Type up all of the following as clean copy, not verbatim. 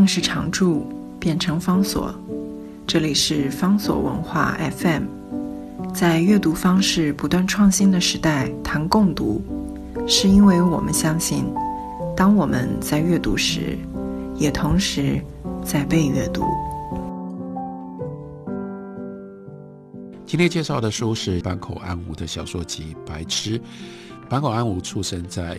定是常驻，变成方所。这里是方所文化 FM， 在阅读方式不断创新的时代谈共读，是因为我们相信，当我们在阅读时，也同时在被阅读。 今天介绍的书是坂口安吾的小说集《白痴》。坂口安吾出生在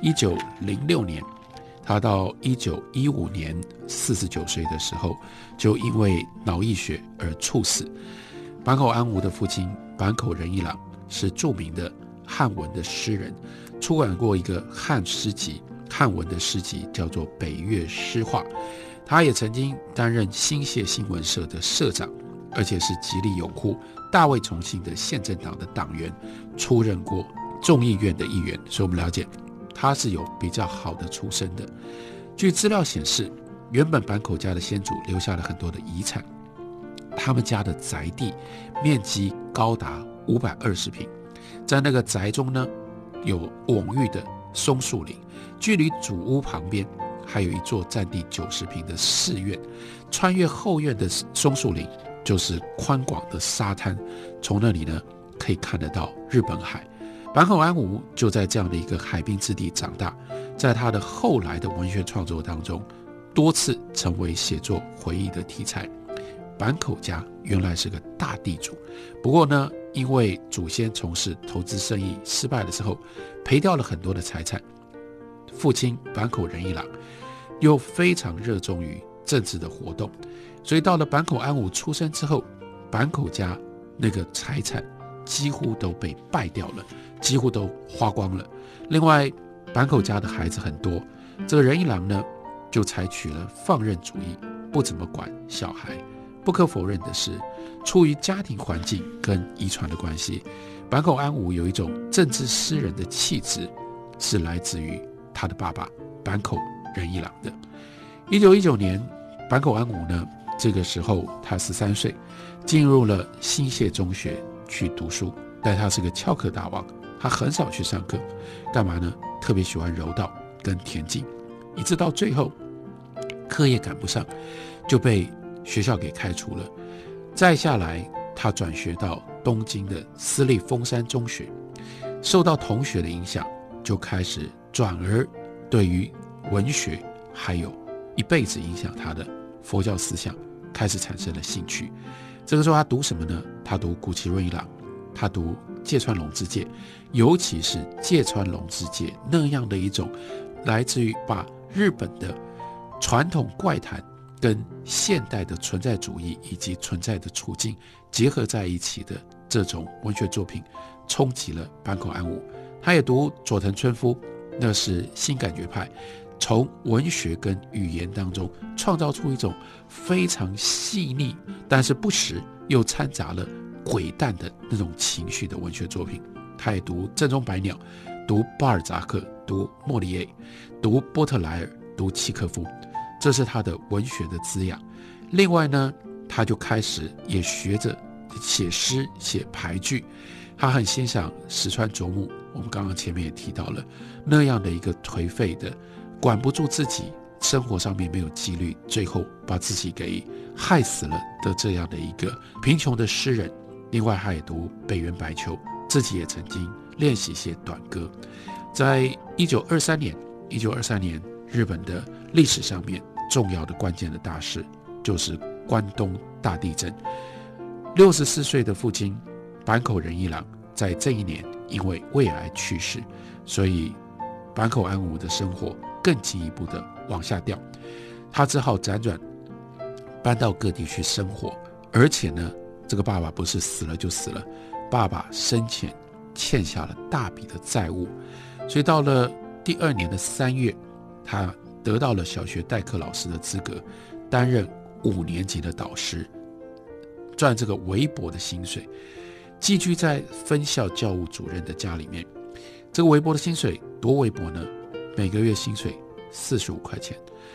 1906年，他到1915年49岁的时候，就因为脑溢血而猝死。坂口安吾的父亲坂口仁一郎是著名的汉文的诗人，出版过一个汉文的诗集，叫做《北岳诗话》。他也曾经担任新泻新闻社的社长，而且是极力拥护大卫重信的宪政党的党员，出任过众议院的议员，所以我们了解他是有比较好的出身的。据资料显示，原本坂口家的先祖留下了很多的遗产，他们家的宅地面积高达520坪，在那个宅中呢，有蓊郁的松树林，距离主屋旁边还有一座占地90坪的寺院，穿越后院的松树林就是宽广的沙滩，从那里呢可以看得到日本海。坂口安吾就在这样的一个海滨之地长大，在他的后来的文学创作当中，多次成为写作回忆的题材。坂口家原来是个大地主，不过呢，因为祖先从事投资生意失败了之后，赔掉了很多的财产。父亲坂口仁一郎又非常热衷于政治的活动，所以到了坂口安吾出生之后，坂口家那个财产几乎都被败掉了，几乎都花光了。另外，坂口家的孩子很多，这个仁一郎呢就采取了放任主义，不怎么管小孩。不可否认的是，出于家庭环境跟遗传的关系，坂口安吾有一种政治诗人的气质，是来自于他的爸爸坂口仁一郎的。1919年，坂口安吾呢，这个时候他13岁，进入了新泻中学去读书，但他是个翘课大王，他很少去上课，干嘛呢？特别喜欢柔道跟田径，一直到最后课业赶不上，就被学校给开除了。再下来，他转学到东京的私立丰山中学，受到同学的影响，就开始转而对于文学还有一辈子影响他的佛教思想开始产生了兴趣。这个时候他读什么呢？他读谷崎润一郎，他读芥川龙之介，尤其是芥川龙之介那样的一种来自于把日本的传统怪谈跟现代的存在主义以及存在的处境结合在一起的这种文学作品，冲击了坂口安吾。他也读佐藤春夫，那是新感觉派，从文学跟语言当中创造出一种非常细腻但是不时又掺杂了鬼诞的那种情绪的文学作品。他也读正宗白鸟，读巴尔扎克，读莫里耶，读波特莱尔，读契诃夫，这是他的文学的滋养。另外呢，他就开始也学着写诗写俳句，他很欣赏石川啄木，我们刚刚前面也提到了那样的一个颓废的管不住自己，生活上面没有纪律，最后把自己给害死了的这样的一个贫穷的诗人。另外他也读北原白秋，自己也曾经练习写短歌。在1923年日本的历史上面重要的关键的大事就是关东大地震。64岁的父亲坂口仁一郎在这一年因为胃癌去世，所以坂口安吾的生活更进一步的往下掉，他只好辗转搬到各地去生活。而且呢，这个爸爸不是死了就死了，爸爸生前欠下了大笔的债务，所以到了第2年的3月，他得到了小学代课老师的资格，担任5年级的导师，赚这个微薄的薪水，寄居在分校教务主任的家里面。这个微薄的薪水多微薄呢？每个月薪水45块钱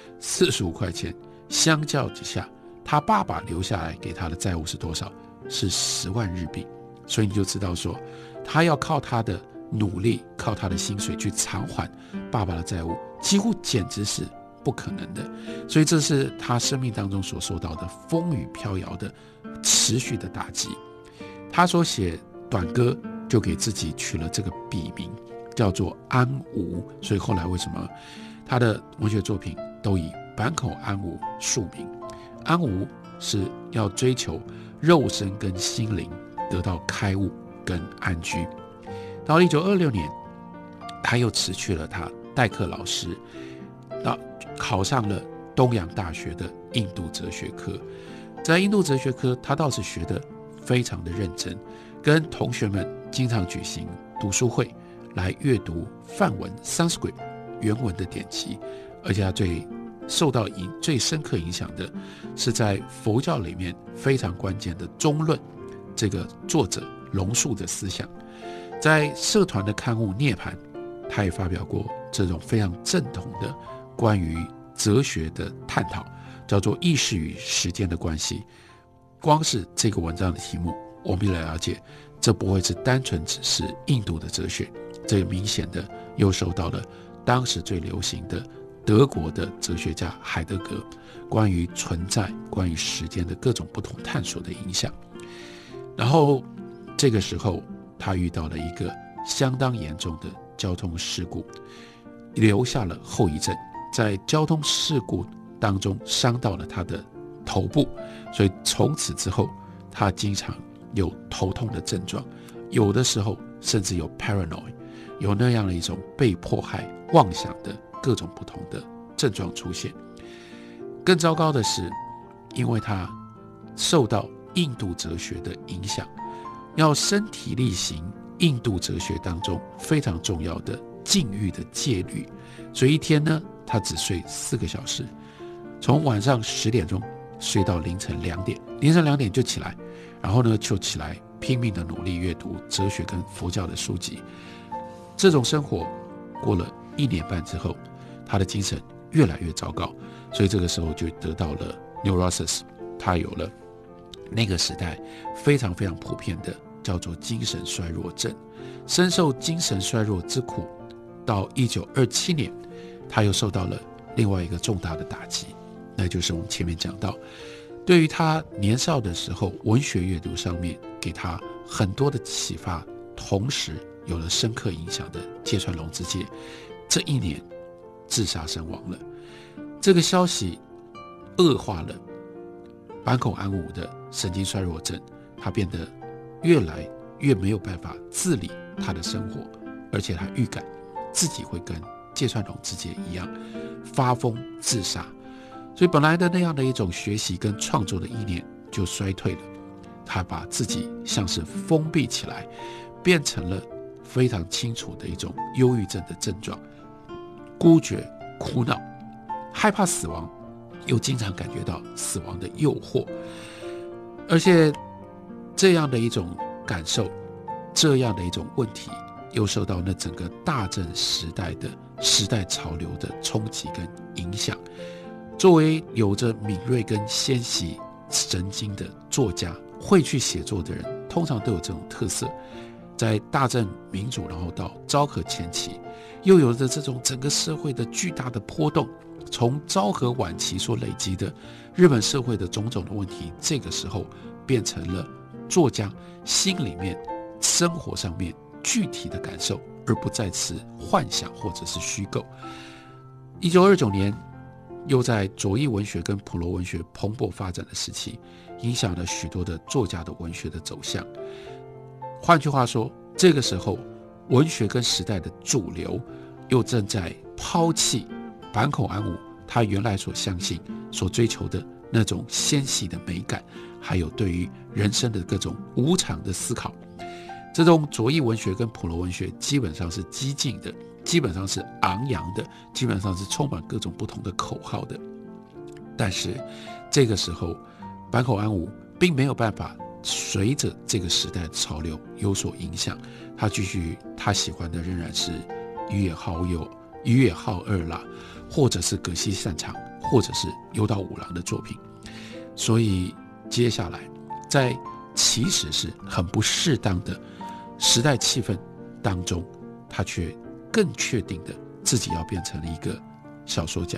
，45块钱相较之下，他爸爸留下来给他的债务是多少？是10万日币。所以你就知道说，他要靠他的努力，靠他的薪水去偿还爸爸的债务，几乎简直是不可能的。所以这是他生命当中所受到的风雨飘摇的持续的打击。他所写短歌就给自己取了这个笔名，叫做安吾。所以后来为什么他的文学作品都以坂口安吾署名？安吾是要追求肉身跟心灵得到开悟跟安居。到1926年，他又辞去了他代课老师，考上了东洋大学的印度哲学科。在印度哲学科，他倒是学得非常的认真，跟同学们经常举行读书会来阅读梵文 Sanskrit 原文的典籍。而且他受到最深刻影响的是在佛教里面非常关键的中论这个作者龙树的思想。在社团的刊物《涅槃》，他也发表过这种非常正统的关于哲学的探讨，叫做意识与时间的关系。光是这个文章的题目，我们来了解，这不会是单纯只是印度的哲学，这个明显的又受到了当时最流行的德国的哲学家海德格关于存在、关于时间的各种不同探索的影响。然后这个时候，他遇到了一个相当严重的交通事故，留下了后遗症。在交通事故当中伤到了他的头部，所以从此之后，他经常有头痛的症状，有的时候甚至有 paranoid， 有那样的一种被迫害妄想的各种不同的症状出现。更糟糕的是，因为他受到印度哲学的影响，要身体力行印度哲学当中非常重要的禁欲的戒律，所以一天呢，他只睡4个小时，从晚上10点钟睡到凌晨2点，凌晨2点就起来，然后呢就起来拼命的努力阅读哲学跟佛教的书籍。这种生活过了1年半之后，他的精神越来越糟糕，所以这个时候就得到了 neurosis， 他有了那个时代非常非常普遍的叫做精神衰弱症。深受精神衰弱之苦，到1927年，他又受到了另外一个重大的打击，那就是我们前面讲到，对于他年少的时候文学阅读上面给他很多的启发，同时有了深刻影响的芥川龙之介，这一年自杀身亡了。这个消息恶化了坂口安吾的神经衰弱症，他变得越来越没有办法自理他的生活，而且他预感自己会跟芥川龙之介一样发疯自杀。所以本来的那样的一种学习跟创作的意念就衰退了，他把自己像是封闭起来，变成了非常清楚的一种忧郁症的症状，孤绝、苦恼、害怕死亡，又经常感觉到死亡的诱惑。而且这样的一种感受，这样的一种问题，又受到那整个大正时代的时代潮流的冲击跟影响。作为有着敏锐跟纤细神经的作家，会去写作的人通常都有这种特色。在大正民主然后到昭和前期，又有着这种整个社会的巨大的波动，从昭和晚期所累积的日本社会的种种的问题，这个时候变成了作家心里面生活上面具体的感受，而不再是幻想或者是虚构。1929年又在左翼文学跟普罗文学蓬勃发展的时期，影响了许多的作家的文学的走向。换句话说，这个时候文学跟时代的主流又正在抛弃坂口安吾他原来所相信所追求的那种纤细的美感，还有对于人生的各种无常的思考。这种左翼文学跟普罗文学基本上是激进的，基本上是昂扬的，基本上是充满各种不同的口号的。但是这个时候坂口安吾并没有办法随着这个时代的潮流有所影响，他继续他喜欢的仍然是宇野浩二啦，或者是葛西擅长，或者是有岛五郎的作品。所以接下来在其实是很不适当的时代气氛当中，他却更确定的自己要变成了一个小说家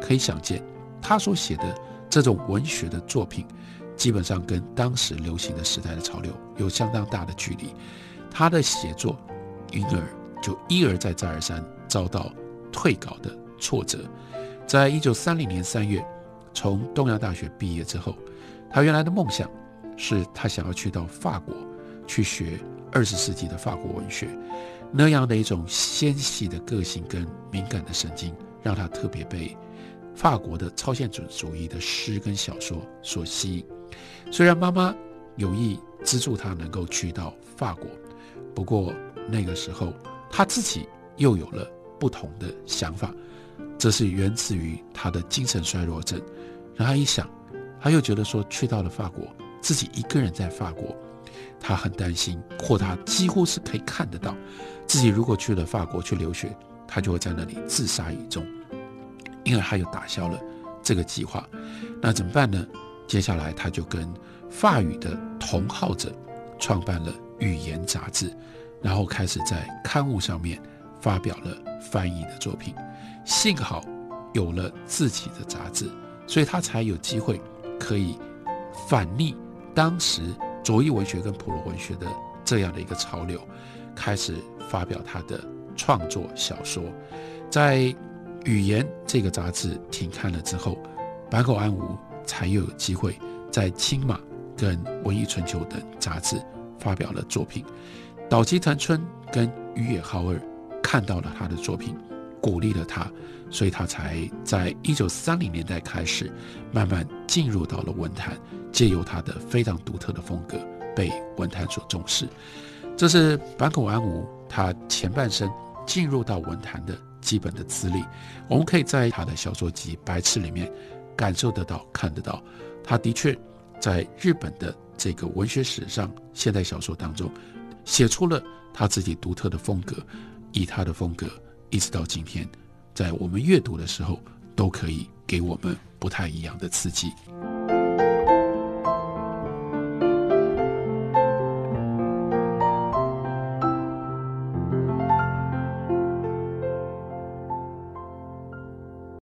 可以想见，他所写的这种文学的作品，基本上跟当时流行的时代的潮流有相当大的距离。他的写作因而就一而再再而三遭到退稿的挫折。在1930年3月从东洋大学毕业之后，他原来的梦想是他想要去到法国去学20世纪的法国文学，那样的一种纤细的个性跟敏感的神经，让他特别被法国的超现实主义的诗跟小说所吸引。虽然妈妈有意资助他能够去到法国，不过那个时候他自己又有了不同的想法，这是源自于他的精神衰弱症。然后他一想，他又觉得说去到了法国，自己一个人在法国，他很担心，或他几乎是可以看得到，自己如果去了法国去留学，他就会在那里自杀于中，因而他又打消了这个计划。那怎么办呢？接下来他就跟法语的同好者创办了语言杂志，然后开始在刊物上面发表了翻译的作品。幸好有了自己的杂志，所以他才有机会可以反逆当时左翼文学跟普罗文学的这样的一个潮流，开始发表他的创作小说。在语言这个杂志停刊了之后，坂口安吾才又有机会在青马跟文艺春秋等杂志发表了作品。岛崎藤村跟宇野浩二看到了他的作品，鼓励了他，所以他才在1930年代开始慢慢进入到了文坛，借由他的非常独特的风格被文坛所重视。这是坂口安吾他前半生进入到文坛的基本的资历。我们可以在他的小说集《白痴》里面感受得到看得到，他的确在日本的这个文学史上现代小说当中写出了他自己独特的风格，以他的风格一直到今天，在我们阅读的时候都可以给我们不太一样的刺激。